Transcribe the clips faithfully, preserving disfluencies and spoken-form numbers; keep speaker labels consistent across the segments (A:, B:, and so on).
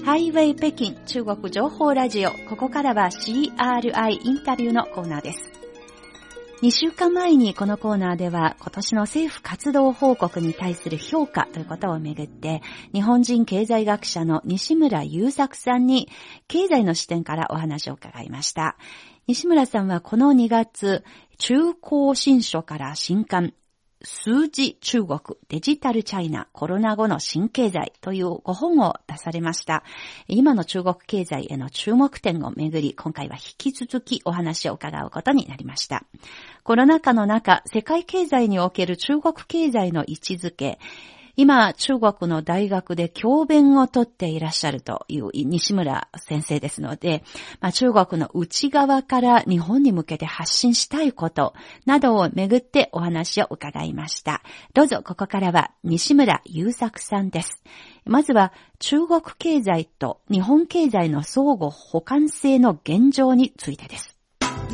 A: ハイウェイ北京中国情報ラジオ。ここからは シーアールアイ インタビューのコーナーです。にしゅうかんまえにこのコーナーでは今年の政府活動報告に対する評価ということをめぐって日本人経済学者の西村優作さんに経済の視点からお話を伺いました。西村さんはこのにがつ中高新書から新刊数字中国デジタルチャイナコロナ後の新経済というご本を出されました。今の中国経済への注目点をめぐり今回は引き続きお話を伺うことになりました。コロナ禍の中世界経済における中国経済の位置づけ、今中国の大学で教鞭をとっていらっしゃるという西村先生ですので、まあ、中国の内側から日本に向けて発信したいことなどをめぐってお話を伺いました。どうぞここからは西村優作さんです。まずは中国経済と日本経済の相互補完性の現状についてです。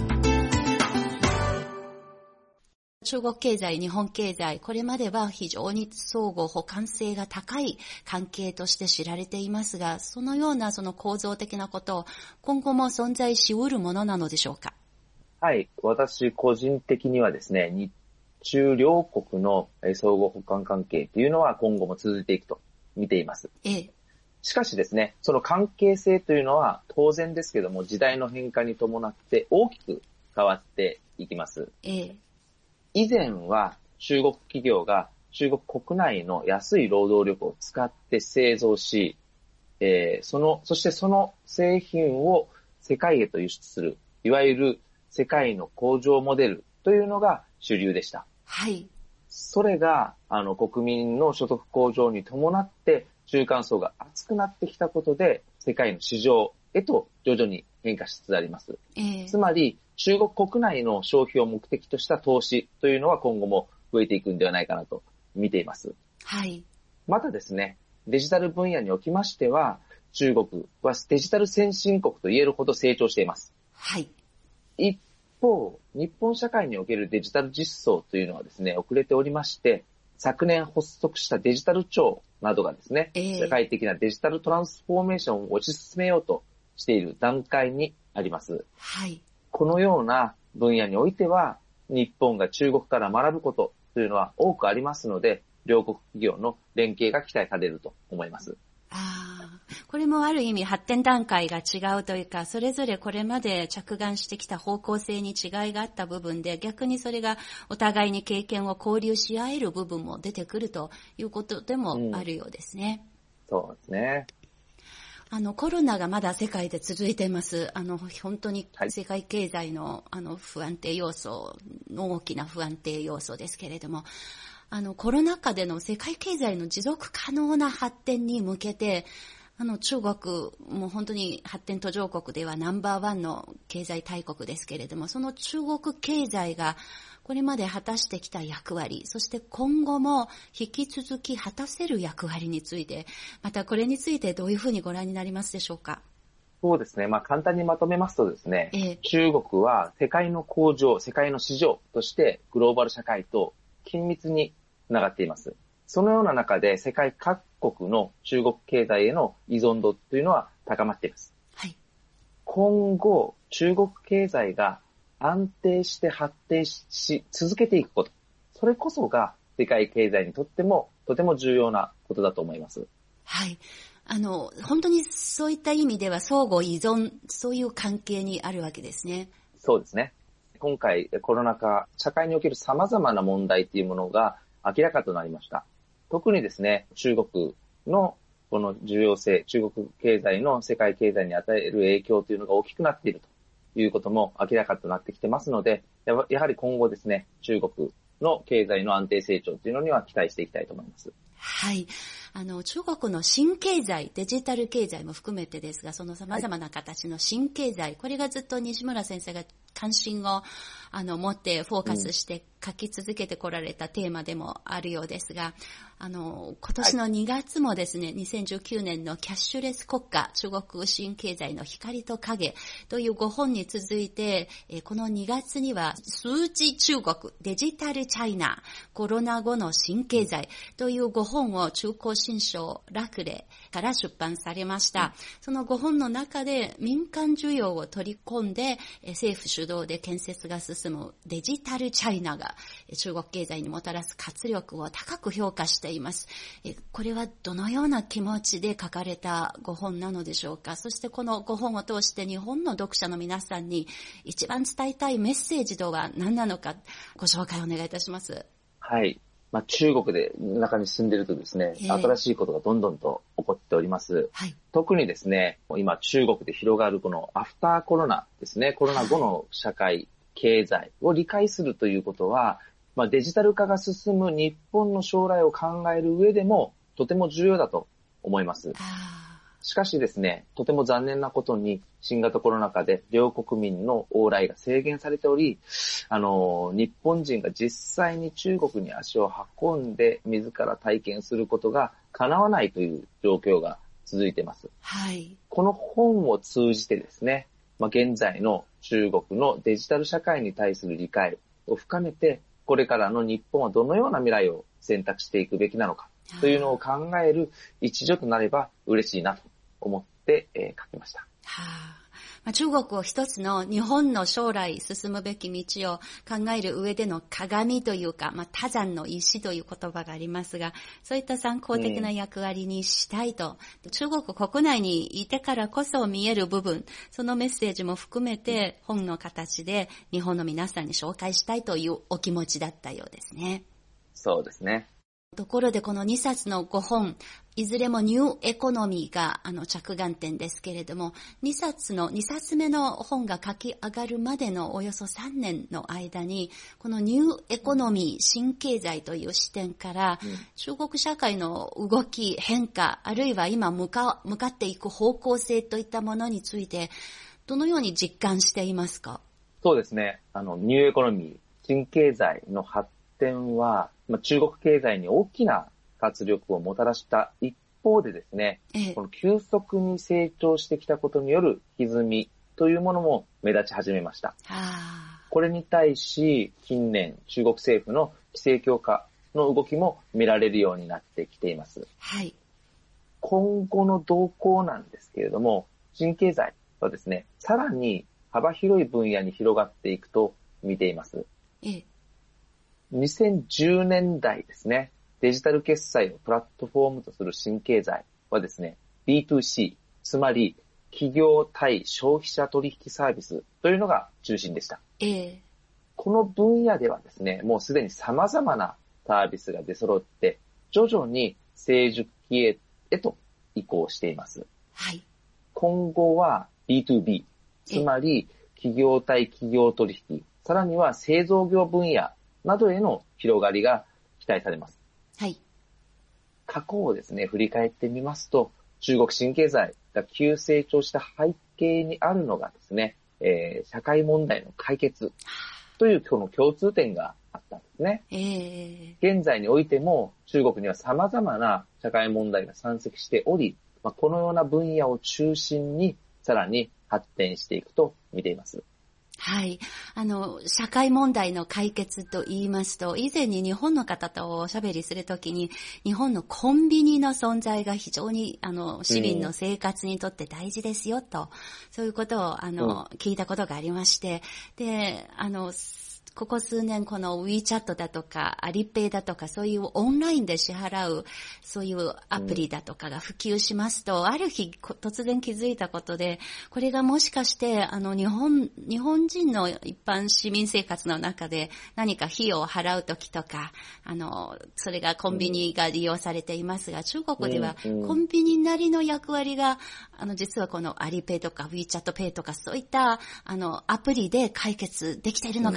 A: 中国経済、日本経済、これまでは非常に相互補完性が高い関係として知られていますが、そのようなその構造的なことを今後も存在しうるものなのでしょうか。
B: はい、私個人的にはですね、日中両国の相互補完関係というのは今後も続いていくと見ています。
A: ええ。し
B: かしですね、その関係性というのは当然ですけども、時代の変化に伴って大きく変わっていきます。
A: ええ。
B: 以前は中国企業が中国国内の安い労働力を使って製造し、えー、その、そしてその製品を世界へと輸出する、いわゆる世界の工場モデルというのが主流でした。
A: はい。
B: それが、あの、国民の所得向上に伴って中間層が厚くなってきたことで、世界の市場へと徐々に変化しつつあります。
A: えー、
B: つまり、中国国内の消費を目的とした投資というのは今後も増えていくんではないかなと見ています。
A: はい。
B: またですね、デジタル分野におきましては、中国はデジタル先進国と言えるほど成長しています。
A: はい。
B: 一方、日本社会におけるデジタル実装というのはですね、遅れておりまして、昨年発足したデジタル庁などがですね、えー、社会的なデジタルトランスフォーメーションを推し進めようとしている段階にあります。
A: はい。
B: このような分野においては、日本が中国から学ぶことというのは多くありますので、両国企業の連携が期待されると思います。
A: ああ、これもある意味発展段階が違うというか、それぞれこれまで着眼してきた方向性に違いがあった部分で、逆にそれがお互いに経験を交流し合える部分も出てくるということでもあるようですね。
B: うん、そうですね。
A: あの、コロナがまだ世界で続いています。あの、本当に世界経済の、はい、あの、不安定要素の大きな不安定要素ですけれども、あの、コロナ禍での世界経済の持続可能な発展に向けて、あの、中国も本当に発展途上国ではナンバーワンの経済大国ですけれども、その中国経済がこれまで果たしてきた役割、そして今後も引き続き果たせる役割について、またこれについてどういうふうにご覧になりますでしょうか。
B: そうですね。まあ簡単にまとめますとですね、
A: ええ、
B: 中国は世界の工場、世界の市場としてグローバル社会と緊密につながっています。そのような中で世界各国の中国経済への依存度というのは高まっています。
A: はい、
B: 今後、中国経済が安定して発展し続けていくこと。それこそが世界経済にとってもとても重要なことだと思います。
A: はい。あの、本当にそういった意味では相互依存、そういう関係にあるわけですね。
B: そうですね。今回コロナ禍、社会における様々な問題というものが明らかとなりました。特にですね、中国のこの重要性、中国経済の世界経済に与える影響というのが大きくなっているということも明らかとなってきてますので、やはり今後ですね、中国の経済の安定成長というのには期待していきたいと思います。
A: はい。あの、中国の新経済、デジタル経済も含めてですが、その様々な形の新経済、はい、これがずっと西村先生が関心を、あの、持ってフォーカスして書き続けてこられたテーマでもあるようですが、あの、今年のにがつもですね、はい、にせんじゅうきゅうねんのキャッシュレス国家、中国新経済の光と影というご本に続いて、このにがつには数字中国、デジタルチャイナ、コロナ後の新経済というご本を中高新書楽礼から出版されました。そのご本の中で民間需要を取り込んで政府主導で建設が進むデジタルチャイナが中国経済にもたらす活力を高く評価しています。これはどのような気持ちで書かれたご本なのでしょうか。そしてこのご本を通して日本の読者の皆さんに一番伝えたいメッセージとは何なのか、ご紹介お願いいたします。
B: はい。まあ、中国で中に住んでるとですね、えー、新しいことがどんどんと起こっております。はい、特にですね、今中国で広がるこのアフターコロナですね、コロナ後の社会、はい、経済を理解するということは、まあ、デジタル化が進む日本の将来を考える上でもとても重要だと思います。しかしですね、とても残念なことに新型コロナ禍で両国民の往来が制限されており、あの、日本人が実際に中国に足を運んで自ら体験することが叶わないという状況が続いています。はい。この本を通じてですね、まあ、現在の中国のデジタル社会に対する理解を深めて、これからの日本はどのような未来を選択していくべきなのかというのを考える一助となれば嬉しいなと思って、えー、書きました。は
A: あ、まあ、中国を一つの日本の将来進むべき道を考える上での鏡というか、まあ、多山の石という言葉がありますが、そういった参考的な役割にしたいと、うん、中国国内にいてからこそ見える部分、そのメッセージも含めて本の形で日本の皆さんに紹介したいというお気持ちだったようですね。
B: そうですね。
A: ところでこのにさつのごほん、いずれもニューエコノミーがあの着眼点ですけれども、にさつのにさつめの本が書き上がるまでのおよそさんねんの間に、このニューエコノミー、新経済という視点から、うん、中国社会の動き、変化、あるいは今向か、向かっていく方向性といったものについて、どのように実感していますか？
B: そうですね。あの、ニューエコノミー、新経済の発展は、中国経済に大きな活力をもたらした一方でですね、ええ、この急速に成長してきたことによる歪みというものも目立ち始めました。これに対し近年中国政府の規制強化の動きも見られるようになってきています。はい、今後の動向なんですけれども、新経済はですね、さらに幅広い分野に広がっていくと見ています。ええ、にせんじゅうねんだいですね、デジタル決済をプラットフォームとする新経済はですね、ビーツーシー、つまり企業対消費者取引サービスというのが中心でした。えー、この分野ではですね、もうすでに様々なサービスが出揃って、徐々に成熟期へ、へと移行しています。はい、今後は ビーツービー、つまり企業対企業取引、さらには製造業分野などへの広がりが期待されます。はい。過去をですね、振り返ってみますと、中国新経済が急成長した背景にあるのがですね、えー、社会問題の解決というこの共通点があったんですね。えー、現在においても中国には様々な社会問題が山積しており、まあ、このような分野を中心にさらに発展していくと見ています。
A: はい。あの、社会問題の解決と言いますと、以前に日本の方とおしゃべりするときに、日本のコンビニの存在が非常に、あの、市民の生活にとって大事ですよと、うん、そういうことを、あの、うん、聞いたことがありまして、で、あの、ここ数年この WeChat だとかアリペイだとかそういうオンラインで支払うそういうアプリだとかが普及しますと、うん、ある日突然気づいたことで、これがもしかしてあの日本日本人の一般市民生活の中で何か費用を払うときとか、あのそれがコンビニが利用されていますが、うん、中国ではコンビニなりの役割があの実はこのアリペイとか WeChat ペイとかそういったあのアプリで解決できているのかなと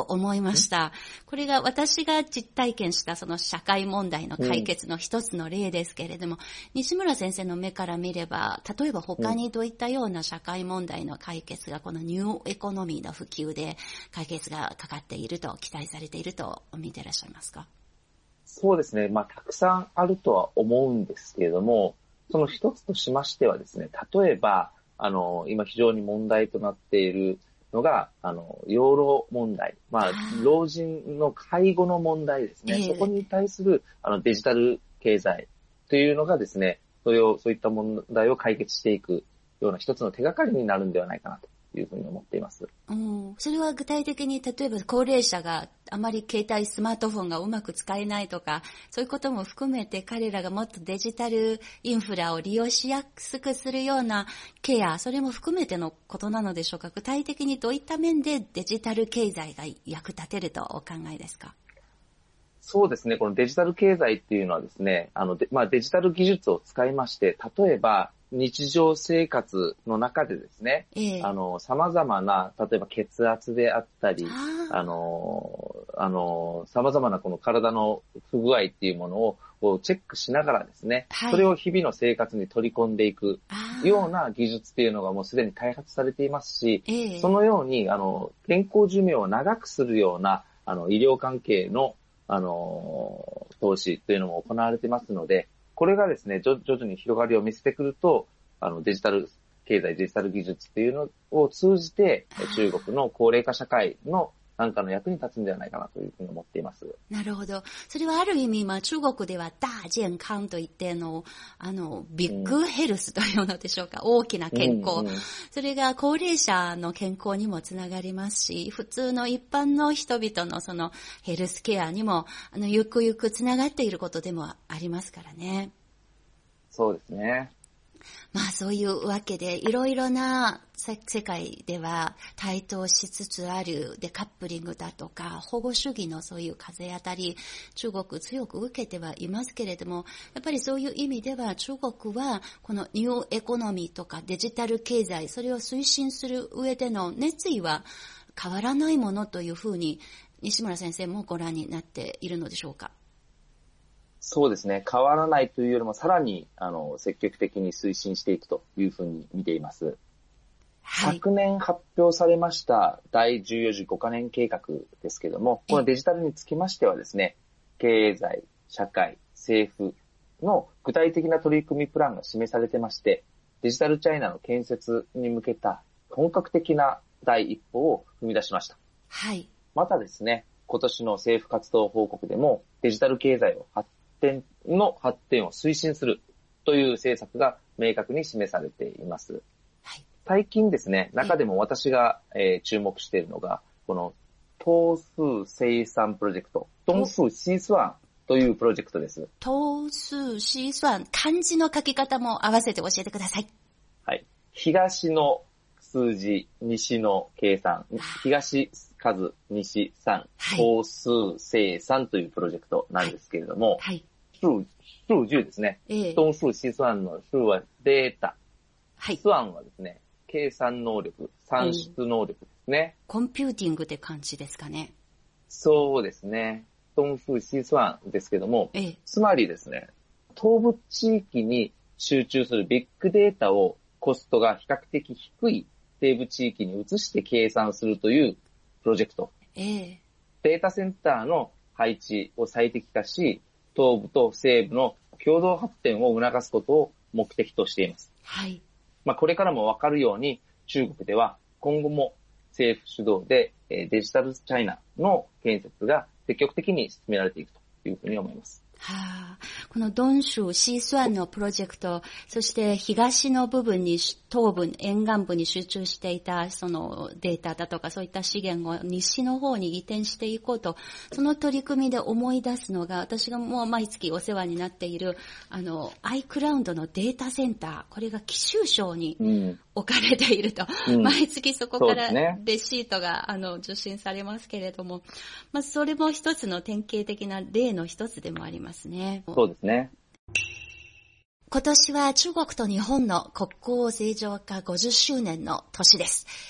A: 思いました。これが私が実体験したその社会問題の解決の一つの例ですけれども、うん、西村先生の目から見れば、例えば他にどういったような社会問題の解決がこのニューエコノミーの普及で解決がかかっていると期待されていると見ていらっしゃいますか？
B: そうですね。まあ、たくさんあるとは思うんですけれども、その一つとしましてはですね、例えば、あの、今非常に問題となっているのが、あの、養老問題。まあ、老人の介護の問題ですね。えー、そこに対する、あの、デジタル経済というのがですね、それを、そういった問題を解決していくような一つの手がかりになるんではないかなというふうに思っています。
A: うん、それは具体的に、例えば高齢者があまり携帯スマートフォンがうまく使えないとか、そういうことも含めて彼らがもっとデジタルインフラを利用しやすくするようなケア、それも含めてのことなのでしょうか？具体的にどういった面でデジタル経済が役立てるとお考えですか？
B: そうですね。このデジタル経済っていうのはですね、あの、でまあ、デジタル技術を使いまして、例えば、日常生活の中でですね、ええ、あの、様々な、例えば血圧であったり、あの、あの、様々なこの体の不具合っていうものをこうチェックしながらですね、はい、それを日々の生活に取り込んでいくような技術っていうのがもうすでに開発されていますし、ええ、そのように、あの、健康寿命を長くするような、あの、医療関係の、あの、投資というのも行われていますので、これがですね、徐々に広がりを見せてくると、あの、デジタル経済、デジタル技術っていうのを通じて、中国の高齢化社会のなんかの役に立つんではないかなというふうに思っています。
A: なるほど。それはある意味、まあ、中国では大健康といっての、あの、ビッグヘルスというのでしょうか、うん、大きな健康、うんうん。それが高齢者の健康にもつながりますし、普通の一般の人々のそのヘルスケアにも、あの、ゆくゆくつながっていることでもありますからね。
B: そうですね。
A: まあそういうわけでいろいろな世界では台頭しつつあるデカップリングだとか保護主義のそういう風当たり中国強く受けてはいますけれども、やっぱりそういう意味では中国はこのニューエコノミーとかデジタル経済、それを推進する上での熱意は変わらないものというふうに西村先生もご覧になっているのでしょうか？
B: そうですね。変わらないというよりもさらにあの積極的に推進していくというふうに見ています。はい、昨年発表されましただいじゅうよん次ごカ年計画ですけれども、このデジタルにつきましてはですね、経済、社会、政府の具体的な取り組みプランが示されてまして、デジタルチャイナの建設に向けた本格的な第一歩を踏み出しました。
A: はい。
B: またですね、今年の政府活動報告でもデジタル経済を発の発展を推進するという政策が明確に示されています。はい、最近ですね、中でも私が、えー、注目しているのが、この、東数生産プロジェクト、東数シスワンというプロジェクトです。
A: 東数シスワン、漢字の書き方も合わせて教えてください。
B: はい。東の数字、西の計算、東数、西三、東数生産というプロジェクトなんですけれども、はい。数、数十ですね。ええ。東数シスワンの数はデータ。はい。スワンはですね、計算能力、算出能力ですね。
A: コンピューティングって感じですかね。
B: そうですね。東数シスワンですけども、ええ。つまりですね、東部地域に集中するビッグデータをコストが比較的低い西部地域に移して計算するというプロジェクト。ええ、データセンターの配置を最適化し、東部と西部の共同発展を促すことを目的としています。はい。まあ、これからもわかるように、中国では今後も政府主導でデジタルチャイナの建設が積極的に進められていくというふうに思います。
A: はあ、この東州シースワンのプロジェクト、そして東の部分に、東部、沿岸部に集中していたそのデータだとかそういった資源を西の方に移転していこうと、その取り組みで思い出すのが、私がもう毎月お世話になっている、あの、iCloud のデータセンター、これが貴州省に置かれていると、うん、毎月そこからレシートが、あの受信されますけれども、まあ、それも一つの典型的な例の一つでもありますね。
B: そうですね。
A: 今年は中国と日本の国交正常化ごじゅっしゅうねんの年です。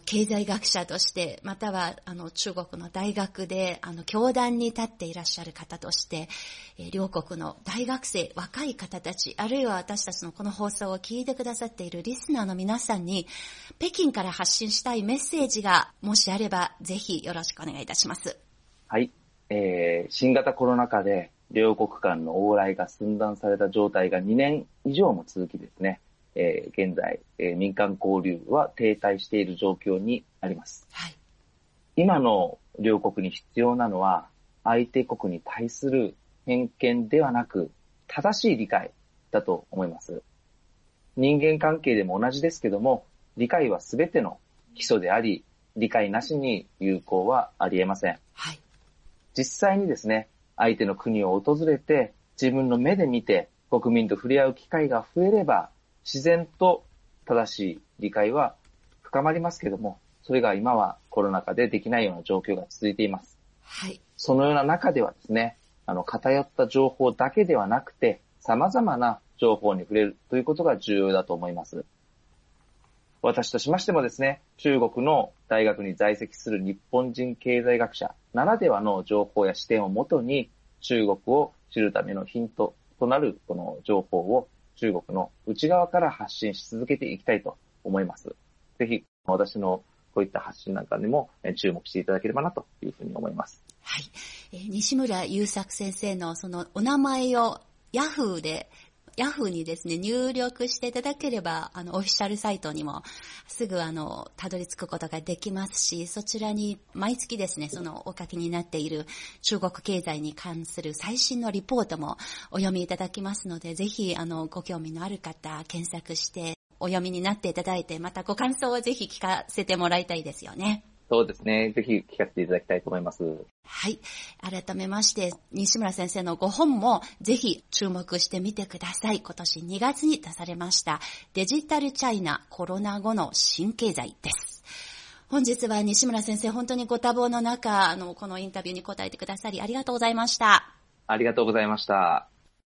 A: 経済学者として、またはあの中国の大学であの教壇に立っていらっしゃる方として、えー、両国の大学生、若い方たち、あるいは私たちのこの放送を聞いてくださっているリスナーの皆さんに、北京から発信したいメッセージがもしあれば、ぜひよろしくお願いいたします。
B: はい、えー、新型コロナ禍で両国間の往来が寸断された状態がにねん以上も続きですね、えー、現在、えー、民間交流は停滞している状況にあります。はい、今の両国に必要なのは、相手国に対する偏見ではなく、正しい理解だと思います。人間関係でも同じですけども、理解は全ての基礎であり、理解なしに友好はありえません。はい、実際にですね、相手の国を訪れて、自分の目で見て、国民と触れ合う機会が増えれば、自然と正しい理解は深まりますけども、それが今はコロナ禍でできないような状況が続いています。はい。そのような中ではですね、あの、偏った情報だけではなくて、様々な情報に触れるということが重要だと思います。私としましてもですね、中国の大学に在籍する日本人経済学者ならではの情報や視点をもとに、中国を知るためのヒントとなるこの情報を中国の内側から発信し続けていきたいと思います。ぜひ私のこういった発信なんかにも注目していただければなというふうに思います。
A: はい。えー、西村優作先生のそのお名前をヤフーでヤフーにですね、入力していただければ、あの、オフィシャルサイトにもすぐあの、たどり着くことができますし、そちらに毎月ですね、そのお書きになっている中国経済に関する最新のリポートもお読みいただきますので、ぜひ、あの、ご興味のある方、検索してお読みになっていただいて、またご感想をぜひ聞かせてもらいたいですよね。
B: そうですね。ぜひ聞かせていただきたいと思います。
A: はい。改めまして、西村先生のご本もぜひ注目してみてください。今年にがつに出されました、デジタルチャイナコロナ後の新経済です。本日は西村先生、本当にご多忙の中、あの、このインタビューに答えてくださりありがとうございました。
B: ありがとうございました。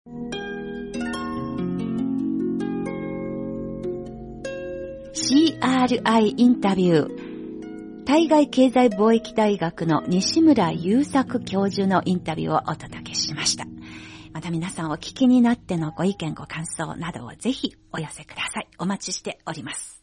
A: シーアールアイ インタビュー。対外経済貿易大学の西村優作教授のインタビューをお届けしました。また皆さんお聞きになってのご意見ご感想などをぜひお寄せください。お待ちしております。